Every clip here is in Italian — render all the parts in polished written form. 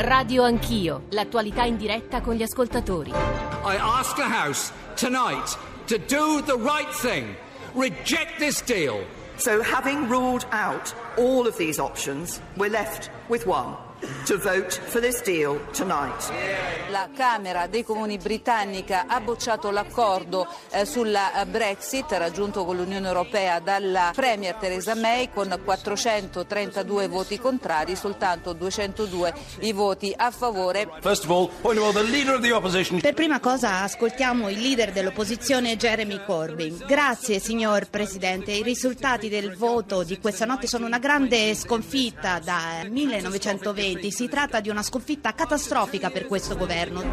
Radio Anch'io, l'attualità in diretta con gli ascoltatori. I ask the House tonight to do the right thing. Reject this deal. So having ruled out all of these options, we're left with one. To vote for this deal tonight. La Camera dei Comuni britannica ha bocciato l'accordo sulla Brexit raggiunto con l'Unione Europea dalla Premier Theresa May con 432 voti contrari, soltanto 202 i voti a favore. First of all, point of order, the leader of the opposition. Per prima cosa ascoltiamo il leader dell'opposizione Jeremy Corbyn. Grazie signor Presidente, i risultati del voto di questa notte sono una grande sconfitta da 1920. Si tratta di una sconfitta catastrofica per questo governo.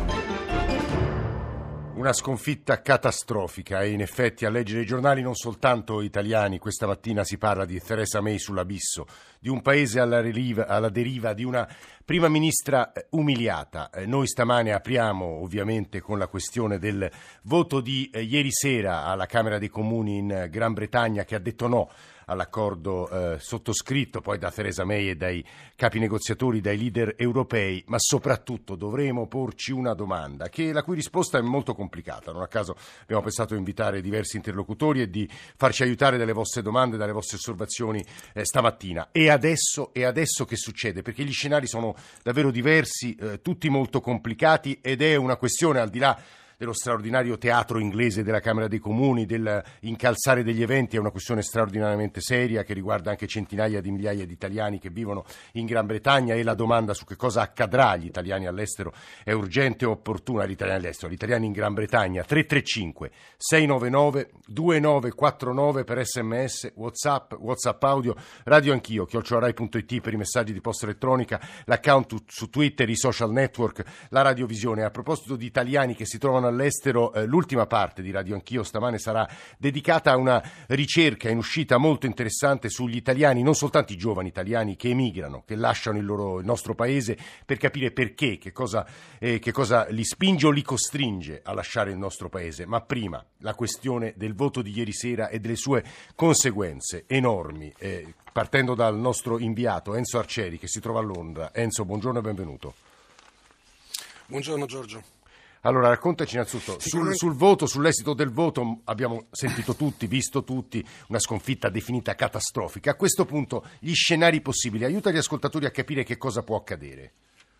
Una sconfitta catastrofica e in effetti a leggere i giornali non soltanto italiani, questa mattina si parla di Theresa May sull'abisso, di un paese alla deriva, di una prima ministra umiliata. Noi stamane apriamo ovviamente con la questione del voto di ieri sera alla Camera dei Comuni in Gran Bretagna che ha detto no all'accordo sottoscritto poi da Theresa May e dai capi negoziatori, dai leader europei, ma soprattutto dovremo porci una domanda la cui risposta è molto complicata. Non a caso abbiamo pensato di invitare diversi interlocutori e di farci aiutare dalle vostre domande, dalle vostre osservazioni stamattina. E adesso che succede? Perché gli scenari sono davvero diversi, tutti molto complicati ed è una questione al di là dello straordinario teatro inglese della Camera dei Comuni, del incalzare degli eventi, è una questione straordinariamente seria che riguarda anche centinaia di migliaia di italiani che vivono in Gran Bretagna e la domanda su che cosa accadrà agli italiani all'estero è urgente e opportuna. Agli italiani all'estero, agli italiani in Gran Bretagna. 335 699 2949 per sms, whatsapp audio, radio anch'io, @rai.it per i messaggi di posta elettronica, l'account su Twitter, i social network, la radiovisione. A proposito di italiani che si trovano all'estero, l'ultima parte di Radio Anch'io stamane sarà dedicata a una ricerca in uscita molto interessante sugli italiani, non soltanto i giovani italiani che emigrano, che lasciano il nostro paese, per capire perché, che cosa li spinge o li costringe a lasciare il nostro paese. Ma prima la questione del voto di ieri sera e delle sue conseguenze enormi, partendo dal nostro inviato Enzo Arcieri che si trova a Londra. Enzo, buongiorno e benvenuto. Buongiorno Giorgio. Allora, raccontaci innanzitutto sul voto, sull'esito del voto. Abbiamo sentito tutti, visto tutti, una sconfitta definita catastrofica. A questo punto gli scenari possibili, aiuta gli ascoltatori a capire che cosa può accadere.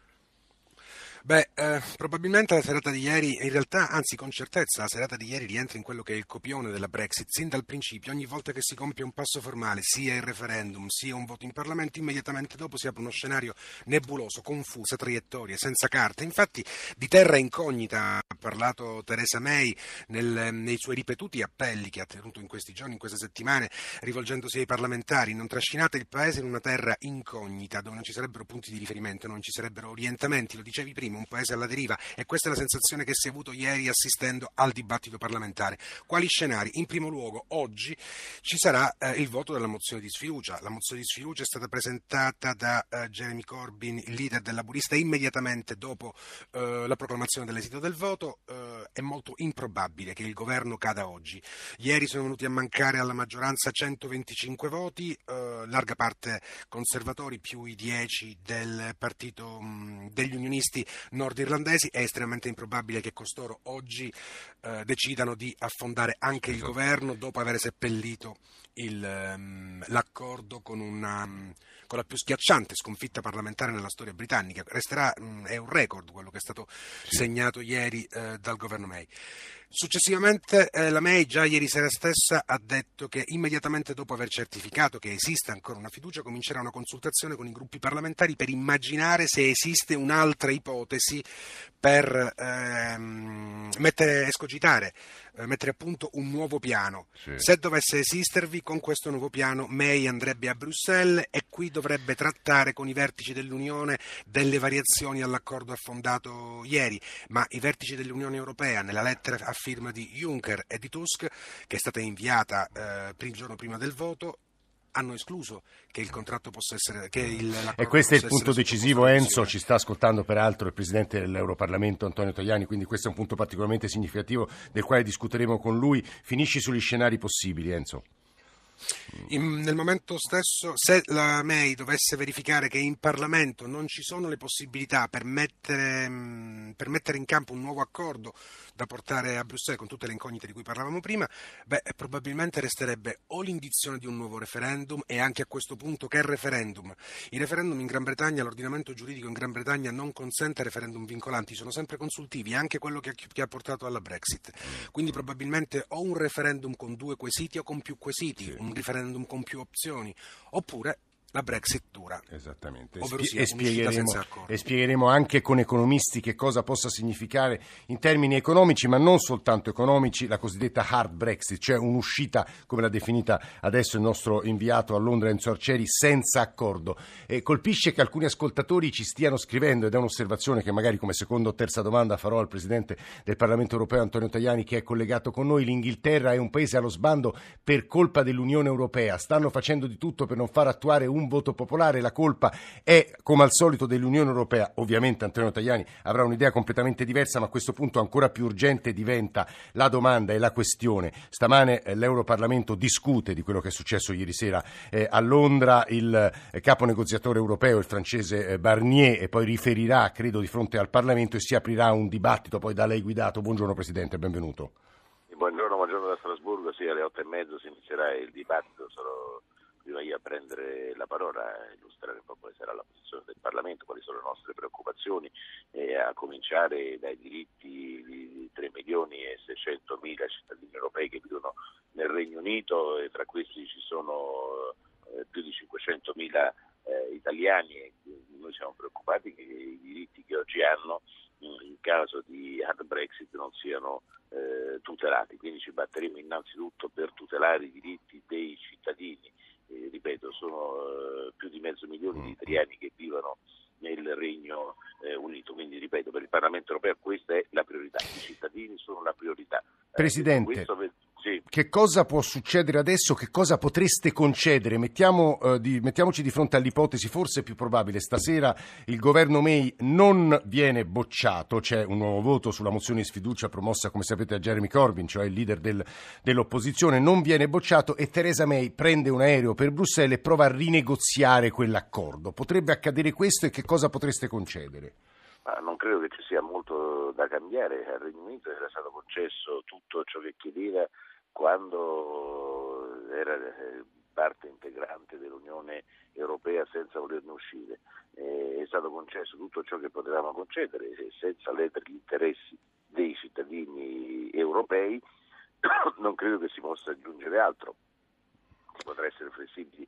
Probabilmente la serata di ieri, in realtà, anzi con certezza, la serata di ieri rientra in quello che è il copione della Brexit. Sin dal principio, ogni volta che si compie un passo formale, sia il referendum, sia un voto in Parlamento, immediatamente dopo si apre uno scenario nebuloso, confuso, traiettorie, senza carte. Infatti di terra incognita ha parlato Theresa May nei suoi ripetuti appelli che ha tenuto in questi giorni, in queste settimane, rivolgendosi ai parlamentari. Non trascinate il paese in una terra incognita, dove non ci sarebbero punti di riferimento, non ci sarebbero orientamenti, lo dicevi prima, un paese alla deriva, e questa è la sensazione che si è avuto ieri assistendo al dibattito parlamentare. Quali scenari? In primo luogo, oggi ci sarà il voto della mozione di sfiducia. La mozione di sfiducia è stata presentata da Jeremy Corbyn, il leader del Laburista, immediatamente dopo la proclamazione dell'esito del voto. È molto improbabile che il governo cada oggi. Ieri sono venuti a mancare alla maggioranza 125 voti, larga parte conservatori, più i 10 del partito degli unionisti nordirlandesi. È estremamente improbabile che costoro oggi decidano di affondare anche il governo dopo aver seppellito l'accordo con la più schiacciante sconfitta parlamentare nella storia britannica. Resterà, è un record quello che è stato segnato ieri dal governo May. Successivamente la May già ieri sera stessa ha detto che immediatamente dopo aver certificato che esiste ancora una fiducia comincerà una consultazione con i gruppi parlamentari per immaginare se esiste un'altra ipotesi per mettere a punto un nuovo piano. Sì. Se dovesse esistervi, con questo nuovo piano May andrebbe a Bruxelles e qui dovrebbe trattare con i vertici dell'Unione delle variazioni all'accordo affondato ieri, ma i vertici dell'Unione Europea nella lettera a firma di Juncker e di Tusk, che è stata inviata il giorno prima del voto, hanno escluso che il contratto possa essere e questo è il punto decisivo. Enzo, ci sta ascoltando peraltro il Presidente dell'Europarlamento Antonio Tajani, quindi questo è un punto particolarmente significativo del quale discuteremo con lui. Finisci sugli scenari possibili, Enzo. Nel momento stesso, se la May dovesse verificare che in Parlamento non ci sono le possibilità per mettere in campo un nuovo accordo da portare a Bruxelles con tutte le incognite di cui parlavamo prima, probabilmente resterebbe o l'indizione di un nuovo referendum, e anche a questo punto che referendum? I referendum in Gran Bretagna, l'ordinamento giuridico in Gran Bretagna non consente referendum vincolanti, sono sempre consultivi, anche quello che ha portato alla Brexit. Quindi probabilmente o un referendum con 2 quesiti o con più quesiti, un referendum con più opzioni, oppure la Brexit dura. Esattamente. E spiegheremo anche con economisti che cosa possa significare in termini economici, ma non soltanto economici, la cosiddetta hard Brexit, cioè un'uscita, come l'ha definita adesso il nostro inviato a Londra Enzo Arcieri, senza accordo. Colpisce che alcuni ascoltatori ci stiano scrivendo, ed è un'osservazione che magari come seconda o terza domanda farò al Presidente del Parlamento Europeo Antonio Tajani, che è collegato con noi. L'Inghilterra è un paese allo sbando per colpa dell'Unione Europea, stanno facendo di tutto per non far attuare un voto popolare, la colpa è come al solito dell'Unione Europea. Ovviamente Antonio Tajani avrà un'idea completamente diversa, ma a questo punto ancora più urgente diventa la domanda e la questione. Stamane l'Europarlamento discute di quello che è successo ieri sera a Londra. Il capo negoziatore europeo, il francese Barnier, poi riferirà, credo, di fronte al Parlamento, e si aprirà un dibattito poi da lei guidato. Buongiorno Presidente, benvenuto. Buongiorno da Strasburgo, sì, alle 8:30 si inizierà il dibattito. Sarò prima io a prendere la parola, a illustrare un po' quale sarà la posizione del Parlamento, quali sono le nostre preoccupazioni, a cominciare dai diritti di 3.600.000 cittadini europei che vivono nel Regno Unito, e tra questi ci sono più di 500.000 italiani, e noi siamo preoccupati che i diritti che oggi hanno in caso di hard Brexit non siano tutelati. Quindi ci batteremo innanzitutto per tutelare i diritti dei cittadini. Ripeto, sono più di 500.000 di italiani che vivono nel Regno Unito, quindi ripeto, per il Parlamento Europeo questa è la priorità, i cittadini sono la priorità. Presidente, che cosa può succedere adesso? Che cosa potreste concedere? Mettiamoci di fronte all'ipotesi forse più probabile. Stasera il governo May non viene bocciato, c'è un nuovo voto sulla mozione di sfiducia promossa, come sapete, da Jeremy Corbyn, cioè il leader dell'opposizione, non viene bocciato, e Theresa May prende un aereo per Bruxelles e prova a rinegoziare quell'accordo. Potrebbe accadere questo, e che cosa potreste concedere? Non credo che ci sia molto da cambiare. Al Regno Unito era stato concesso tutto ciò che chiedeva quando era parte integrante dell'Unione Europea senza volerne uscire. È stato concesso tutto ciò che potevamo concedere senza ledere gli interessi dei cittadini europei. Non credo che si possa aggiungere altro. Si potrà essere flessibili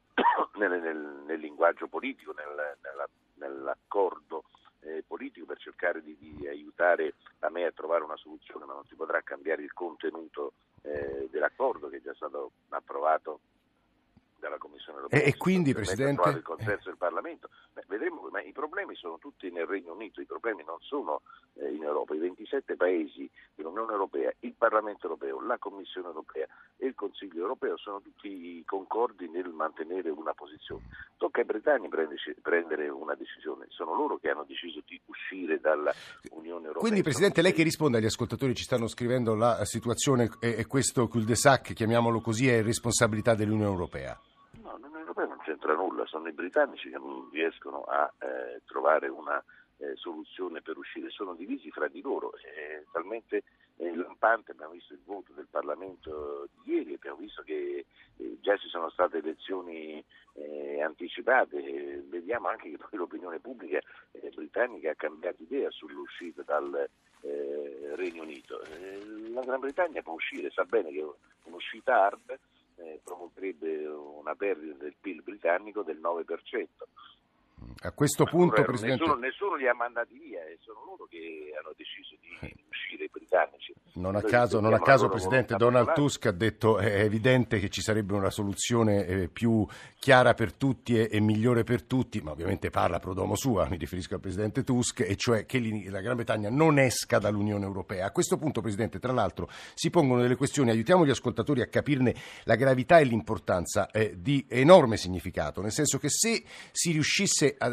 nel linguaggio politico, nell'accordo politico, per cercare di aiutare a me a trovare una soluzione, ma non si potrà cambiare il contenuto dell'accordo che è già stato approvato dalla Commissione Europea. E quindi, Presidente, il consenso del Parlamento. Vedremo, ma i problemi sono tutti nel Regno Unito, i problemi non sono in Europa. I 27 paesi dell'Unione Europea, il Parlamento Europeo, la Commissione Europea e il Consiglio Europeo sono tutti concordi nel mantenere una posizione. Tocca ai britannici prendere una decisione, sono loro che hanno deciso di uscire dalla Unione Europea. Quindi, Presidente, lei che risponde agli ascoltatori, ci stanno scrivendo, la situazione è questo cul-de-sac, chiamiamolo così, è responsabilità dell'Unione Europea? No, l'Unione Europea non c'entra nulla, sono i britannici che non riescono a trovare una soluzione per uscire, sono divisi fra di loro, è talmente lampante. Abbiamo visto il voto del Parlamento di ieri, abbiamo visto che già ci sono state elezioni anticipate, vediamo anche che poi l'opinione pubblica britannica ha cambiato idea sull'uscita dal Regno Unito. La Gran Bretagna può uscire, sa bene che un'uscita hard provocherebbe una perdita del PIL britannico del 9%. A questo punto, Presidente, nessuno li ha mandati via, e sono loro che hanno deciso di uscire, i britannici. Non a caso, Presidente, Donald Tusk ha detto è evidente che ci sarebbe una soluzione più chiara per tutti e migliore per tutti, ma ovviamente parla pro domo sua, mi riferisco al Presidente Tusk, e cioè che la Gran Bretagna non esca dall'Unione Europea. A questo punto, Presidente, tra l'altro si pongono delle questioni, aiutiamo gli ascoltatori a capirne la gravità e l'importanza di enorme significato, nel senso che se si riuscisse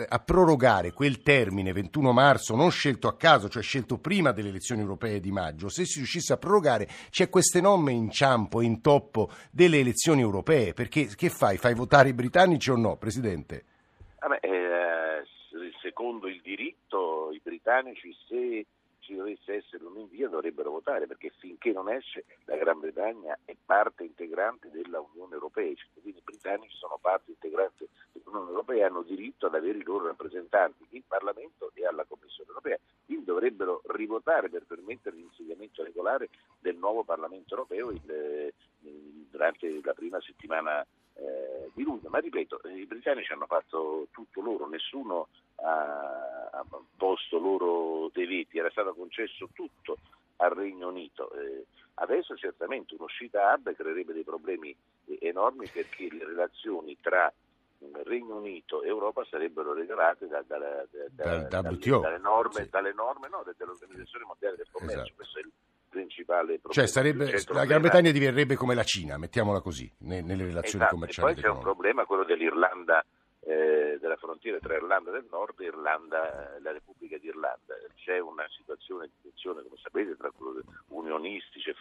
a prorogare quel termine 21 marzo, non scelto a caso, cioè scelto prima delle elezioni europee di maggio, se si riuscisse a prorogare c'è questo enorme inciampo e intoppo delle elezioni europee, perché che fai? Fai votare i britannici o no, Presidente? Secondo il diritto i britannici, se ci dovesse essere un invio, dovrebbero votare, perché finché non esce la Gran Bretagna è parte integrante della Unione Europea. I cittadini britannici sono parte integrante dell'Unione Europea e hanno diritto ad avere i loro rappresentanti in Parlamento e alla Commissione Europea, quindi dovrebbero rivotare per permettere l'insediamento regolare del nuovo Parlamento Europeo durante la prima settimana di luglio. Ma ripeto, i britannici hanno fatto tutto loro, nessuno ha posto loro dei veti, era stato concesso tutto al Regno Unito. Adesso certamente un'uscita hub creerebbe dei problemi enormi, perché le relazioni tra Regno Unito e Europa sarebbero regolate dalle norme dell'Organizzazione Mondiale del Commercio. Esatto. Questo è il principale problema. Cioè la Gran Bretagna diverrebbe come la Cina, mettiamola così, nelle relazioni commerciali. E poi c'è un problema, quello dell'Irlanda, della frontiera tra Irlanda del Nord e la Repubblica d'Irlanda. C'è una situazione di tensione, come sapete, tra unionistici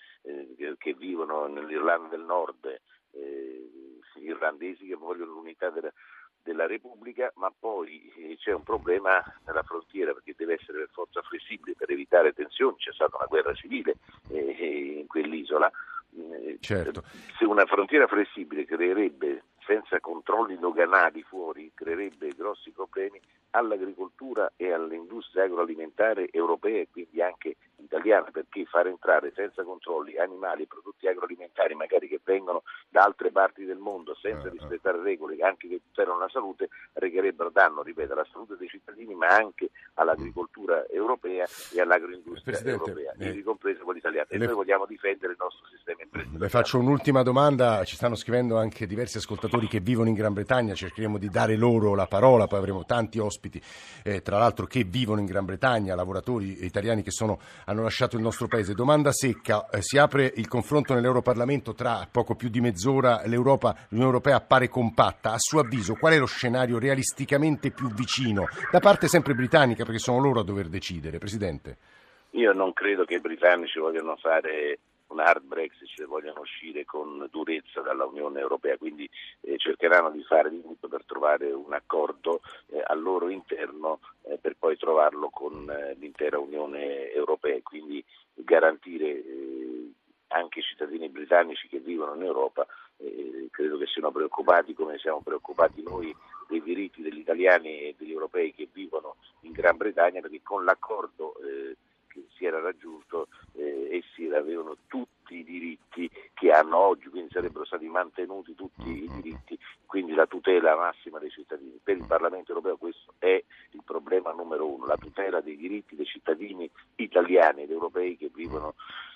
che vivono nell'Irlanda del Nord, irlandesi che vogliono l'unità della Repubblica, ma poi c'è un problema nella frontiera, perché deve essere per forza flessibile per evitare tensioni. C'è stata una guerra civile in quell'isola. Certo. Se una frontiera flessibile creerebbe, senza controlli doganali fuori, creerebbe grossi problemi all'agricoltura e all'industria agroalimentare europea e quindi anche italiana, perché far entrare senza controlli animali e prodotti agroalimentari magari che vengono da altre parti del mondo senza rispettare regole anche che tutelano la salute, recherebbero danno, ripeto, alla salute dei cittadini, ma anche all'agricoltura europea e all'agroindustria europea, ivi compresa quella italiana. E noi vogliamo difendere il nostro sistema imprenditoriale. Le faccio un'ultima domanda, ci stanno scrivendo anche diversi ascoltatori che vivono in Gran Bretagna, cercheremo di dare loro la parola, poi avremo tanti ospiti tra l'altro che vivono in Gran Bretagna, lavoratori italiani che hanno lasciato il nostro paese. Domanda secca, si apre il confronto nell'Europarlamento, tra poco più di mezz'ora l'Unione Europea appare compatta. A suo avviso qual è lo scenario realisticamente più vicino, da parte sempre britannica, perché sono loro a dover decidere, Presidente? Io non credo che i britannici vogliano fare un hard Brexit, cioè vogliono uscire con durezza dalla Unione Europea, quindi cercheranno di fare di tutto per trovare un accordo al loro interno per poi trovarlo con l'intera Unione Europea, quindi garantire anche i cittadini britannici che vivono in Europa, credo che siano preoccupati come siamo preoccupati noi dei diritti degli italiani e degli europei che vivono in Gran Bretagna, perché con l'accordo che si era raggiunto essi avevano tutti i diritti che hanno oggi, quindi sarebbero stati mantenuti tutti i diritti, quindi la tutela massima dei cittadini. Per il Parlamento europeo questo è il problema numero uno, la tutela dei diritti dei cittadini italiani ed europei che vivono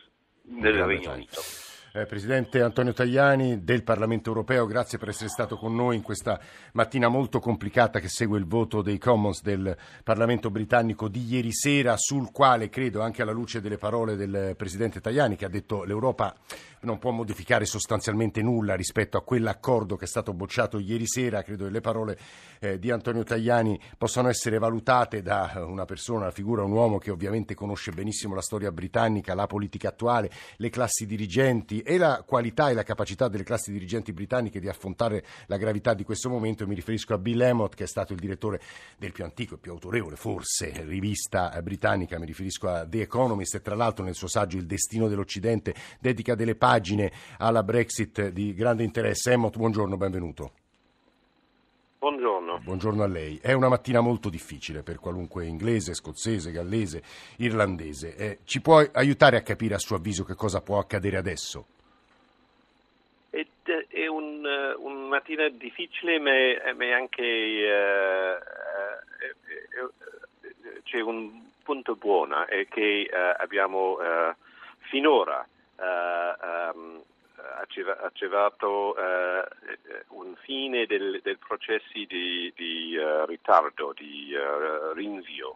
nel Regno Unito. Presidente Antonio Tajani del Parlamento Europeo, grazie per essere stato con noi in questa mattina molto complicata che segue il voto dei Commons del Parlamento britannico di ieri sera, sul quale credo, anche alla luce delle parole del Presidente Tajani, che ha detto l'Europa non può modificare sostanzialmente nulla rispetto a quell'accordo che è stato bocciato ieri sera, credo che le parole di Antonio Tajani possano essere valutate da una persona, una figura, un uomo che ovviamente conosce benissimo la storia britannica, la politica attuale, le classi dirigenti e la qualità e la capacità delle classi dirigenti britanniche di affrontare la gravità di questo momento. Mi riferisco a Bill Emmott, che è stato il direttore del più antico e più autorevole, forse, rivista britannica, mi riferisco a The Economist, e tra l'altro nel suo saggio Il destino dell'Occidente dedica delle pagine alla Brexit di grande interesse. Emmott, buongiorno, benvenuto. Buongiorno. Buongiorno a lei. È una mattina molto difficile per qualunque inglese, scozzese, gallese, irlandese. Ci può aiutare a capire, a suo avviso, che cosa può accadere adesso? È una mattina difficile, ma anche c'è un punto buono, è che abbiamo finora accettato un fine del processi di ritardo, di rinvio,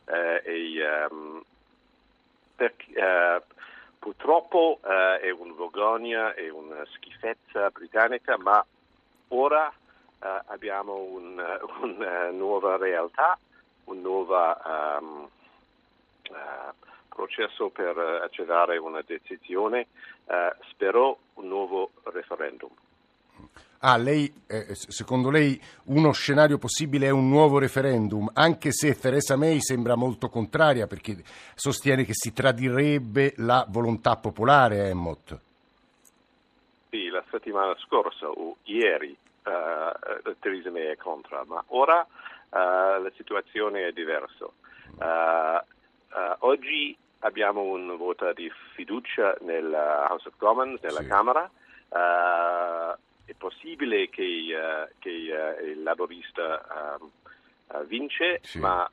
perché purtroppo è un vergogna, è una schifezza britannica, ma ora abbiamo una nuova realtà, un nuovo processo per accelerare una decisione, spero un nuovo referendum. Secondo lei uno scenario possibile è un nuovo referendum, anche se Theresa May sembra molto contraria perché sostiene che si tradirebbe la volontà popolare, Emmott. Sì, la settimana scorsa o ieri Theresa May è contro, ma ora la situazione è diversa. Oggi abbiamo un voto di fiducia nel House of Commons, nella Camera. È possibile che il laborista vince, sì, ma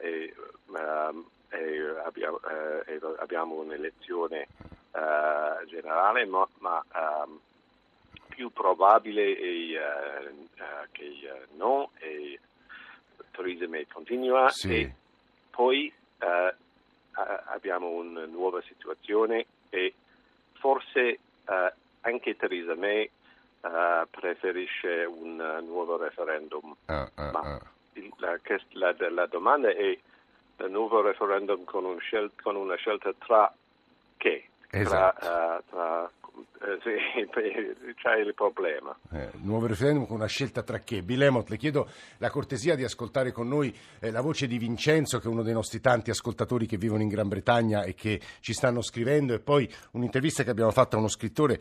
abbiamo un'elezione generale, ma più probabile è che no, e Theresa May continua, sì, e poi abbiamo una nuova situazione e forse anche Theresa May preferisce un nuovo referendum. Ma la domanda è il nuovo referendum con una scelta tra che? Esatto. C'è il problema. Nuovo referendum con una scelta tra che? Bill Emmott, le chiedo la cortesia di ascoltare con noi la voce di Vincenzo, che è uno dei nostri tanti ascoltatori che vivono in Gran Bretagna e che ci stanno scrivendo, e poi un'intervista che abbiamo fatto a uno scrittore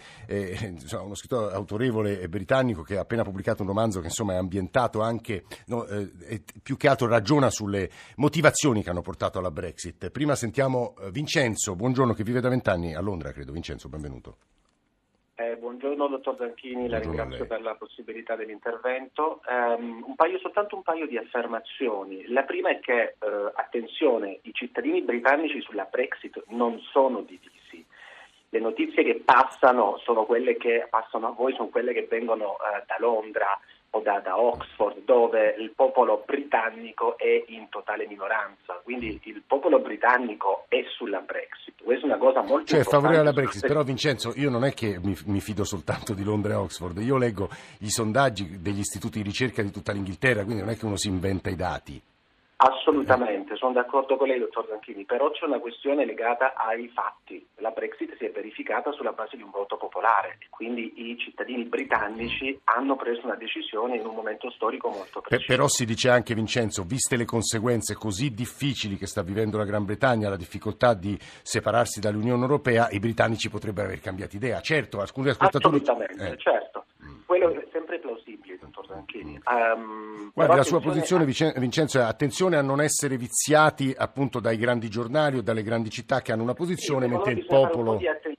autorevole britannico che ha appena pubblicato un romanzo che insomma è ambientato anche, più che altro ragiona sulle motivazioni che hanno portato alla Brexit. Prima sentiamo Vincenzo, buongiorno, che vive da 20 anni a Londra, credo. Vincenzo, benvenuto. Buongiorno dottor Zanchini, la ringrazio per la possibilità dell'intervento. Soltanto un paio di affermazioni. La prima è che, attenzione, i cittadini britannici sulla Brexit non sono divisi. Le notizie che passano sono quelle che passano a voi, sono quelle che vengono da Londra o da Oxford, dove il popolo britannico è in totale minoranza, quindi il popolo britannico è sulla Brexit. Questa è una cosa molto importante. Favorevole alla Brexit, però Vincenzo, io non è che mi fido soltanto di Londra e Oxford, io leggo gli sondaggi degli istituti di ricerca di tutta l'Inghilterra, quindi non è che uno si inventa i dati. Assolutamente, sono d'accordo con lei, dottor Zanchini, però c'è una questione legata ai fatti. La Brexit si è verificata sulla base di un voto popolare, quindi i cittadini britannici hanno preso una decisione in un momento storico molto preciso. Però si dice anche, Vincenzo, viste le conseguenze così difficili che sta vivendo la Gran Bretagna, la difficoltà di separarsi dall'Unione Europea, i britannici potrebbero aver cambiato idea. Certo, alcuni ascoltatori... Assolutamente, certo. Quello è sempre plausibile, dottor Zanchini. Guarda, la sua posizione, Vincenzo, è attenzione a non essere viziati appunto dai grandi giornali o dalle grandi città che hanno una posizione, mentre il popolo...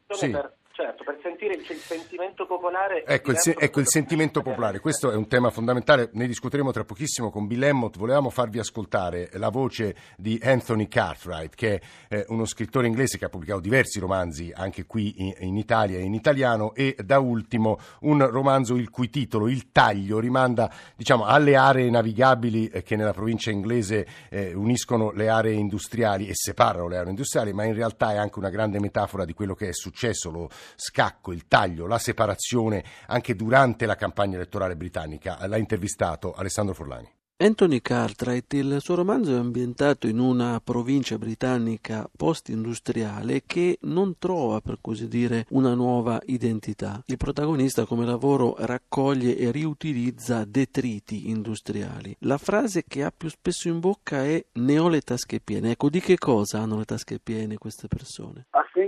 Per sentire il sentimento popolare. Ecco il sentimento popolare, questo è un tema fondamentale, ne discuteremo tra pochissimo con Bill Emmott. Volevamo farvi ascoltare la voce di Anthony Cartwright, che è uno scrittore inglese che ha pubblicato diversi romanzi anche qui in Italia e in italiano, e da ultimo un romanzo il cui titolo, Il Taglio, rimanda alle aree navigabili che nella provincia inglese uniscono le aree industriali e separano le aree industriali, ma in realtà è anche una grande metafora di quello che è successo, lo scacco, il taglio, la separazione anche durante la campagna elettorale britannica. L'ha intervistato Alessandro Forlani. Anthony Cartwright, il suo romanzo è ambientato in una provincia britannica post-industriale che non trova, per così dire, una nuova identità. Il protagonista come lavoro raccoglie e riutilizza detriti industriali. La frase che ha più spesso in bocca è "ne ho le tasche piene". Ecco, di che cosa hanno le tasche piene queste persone?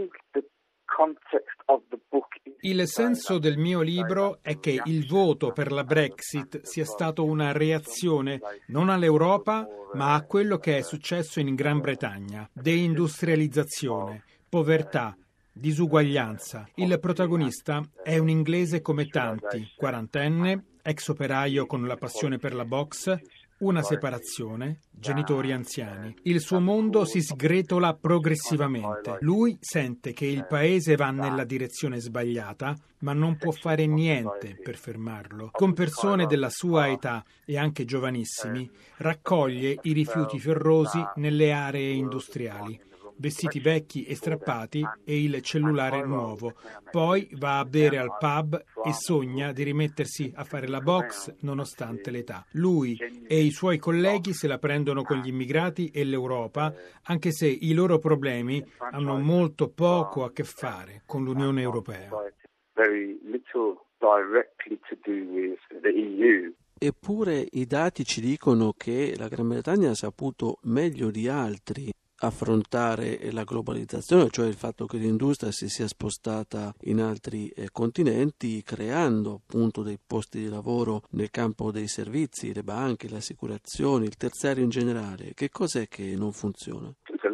Il senso del mio libro è che il voto per la Brexit sia stato una reazione non all'Europa, ma a quello che è successo in Gran Bretagna: deindustrializzazione, povertà, disuguaglianza. Il protagonista è un inglese come tanti, quarantenne, ex operaio con la passione per la boxe, una separazione, genitori anziani. Il suo mondo si sgretola progressivamente. Lui sente che il paese va nella direzione sbagliata, ma non può fare niente per fermarlo. Con persone della sua età e anche giovanissimi, raccoglie i rifiuti ferrosi nelle aree industriali. vestiti vecchi e strappati e il cellulare nuovo. Poi va a bere al pub e sogna di rimettersi a fare la box nonostante l'età. Lui e i suoi colleghi se la prendono con gli immigrati e l'Europa, anche se i loro problemi hanno molto poco a che fare con l'Unione Europea. Eppure i dati ci dicono che la Gran Bretagna ha saputo meglio di altri affrontare la globalizzazione, cioè il fatto che l'industria si sia spostata in altri continenti, creando appunto dei posti di lavoro nel campo dei servizi, le banche, le assicurazioni, il terziario in generale. Che cos'è che non funziona?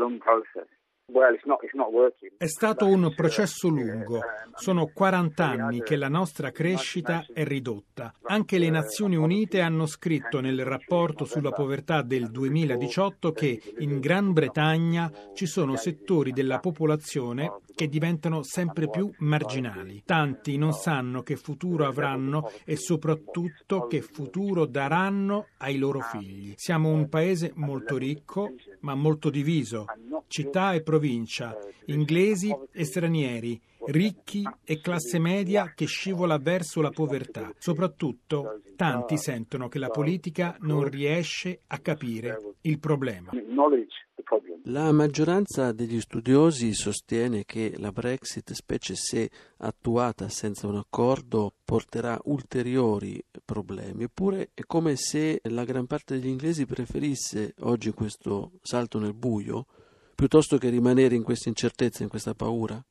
È stato un processo lungo. Sono 40 anni che la nostra crescita è ridotta. Anche le Nazioni Unite hanno scritto nel rapporto sulla povertà del 2018 che in Gran Bretagna ci sono settori della popolazione che diventano sempre più marginali. Tanti non sanno che futuro avranno e soprattutto che futuro daranno ai loro figli. Siamo un paese molto ricco, ma molto diviso. Città e provincia, inglesi e stranieri, ricchi e classe media che scivola verso la povertà. Soprattutto, tanti sentono che la politica non riesce a capire il problema. La maggioranza degli studiosi sostiene che la Brexit, specie se attuata senza un accordo, porterà ulteriori problemi. Eppure è come se la gran parte degli inglesi preferisse oggi questo salto nel buio piuttosto che rimanere in questa incertezza, in questa paura.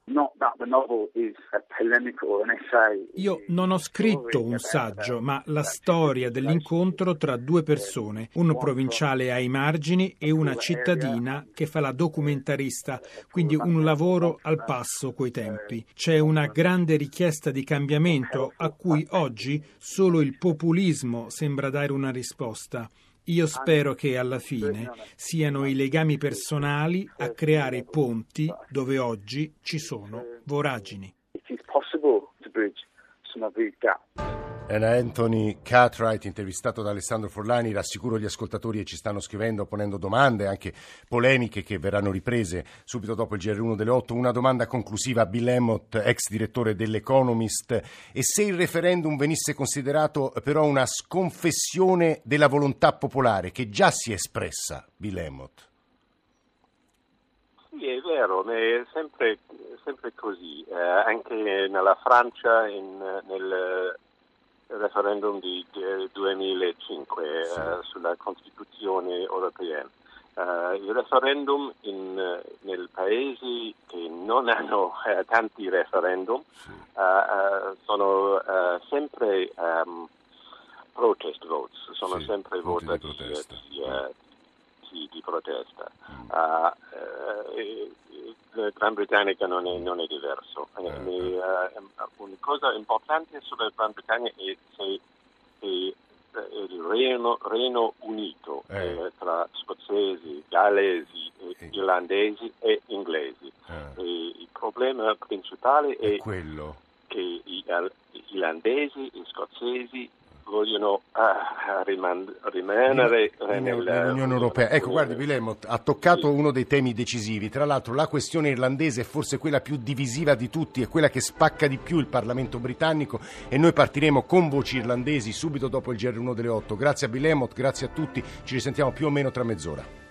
Io non ho scritto un saggio, ma la storia dell'incontro tra due persone, un provinciale ai margini e una cittadina che fa la documentarista, quindi un lavoro al passo coi tempi. C'è una grande richiesta di cambiamento a cui oggi solo il populismo sembra dare una risposta. Io spero che alla fine siano i legami personali a creare ponti dove oggi ci sono voragini. Era Anthony Cartwright, intervistato da Alessandro Forlani. Rassicuro gli ascoltatori che ci stanno scrivendo, ponendo domande, anche polemiche che verranno riprese subito dopo il GR1 delle 8. Una domanda conclusiva a Bill Emmott, ex direttore dell'Economist. E se il referendum venisse considerato però una sconfessione della volontà popolare che già si è espressa, Bill Emmott? Sì, è vero, è sempre così. Anche nella Francia, nel referendum di 2005 sulla Costituzione europea. Il referendum nei paesi che non hanno tanti referendum sono sempre protest votes, sono sempre voti di protesta. La Gran Bretagna non è diverso. Una cosa importante sulla Gran Bretagna è se il Regno Unito tra scozzesi, gallesi, irlandesi e inglesi. Il problema principale è quello che gli irlandesi e scozzesi vogliono rimanere nell'Unione Europea. Ecco, guardi, Bill Emmott ha toccato uno dei temi decisivi. Tra l'altro la questione irlandese è forse quella più divisiva di tutti, è quella che spacca di più il Parlamento britannico, e noi partiremo con Voci Irlandesi subito dopo il GR1 delle 8. Grazie a Bill Emmott, grazie a tutti, ci risentiamo più o meno tra mezz'ora.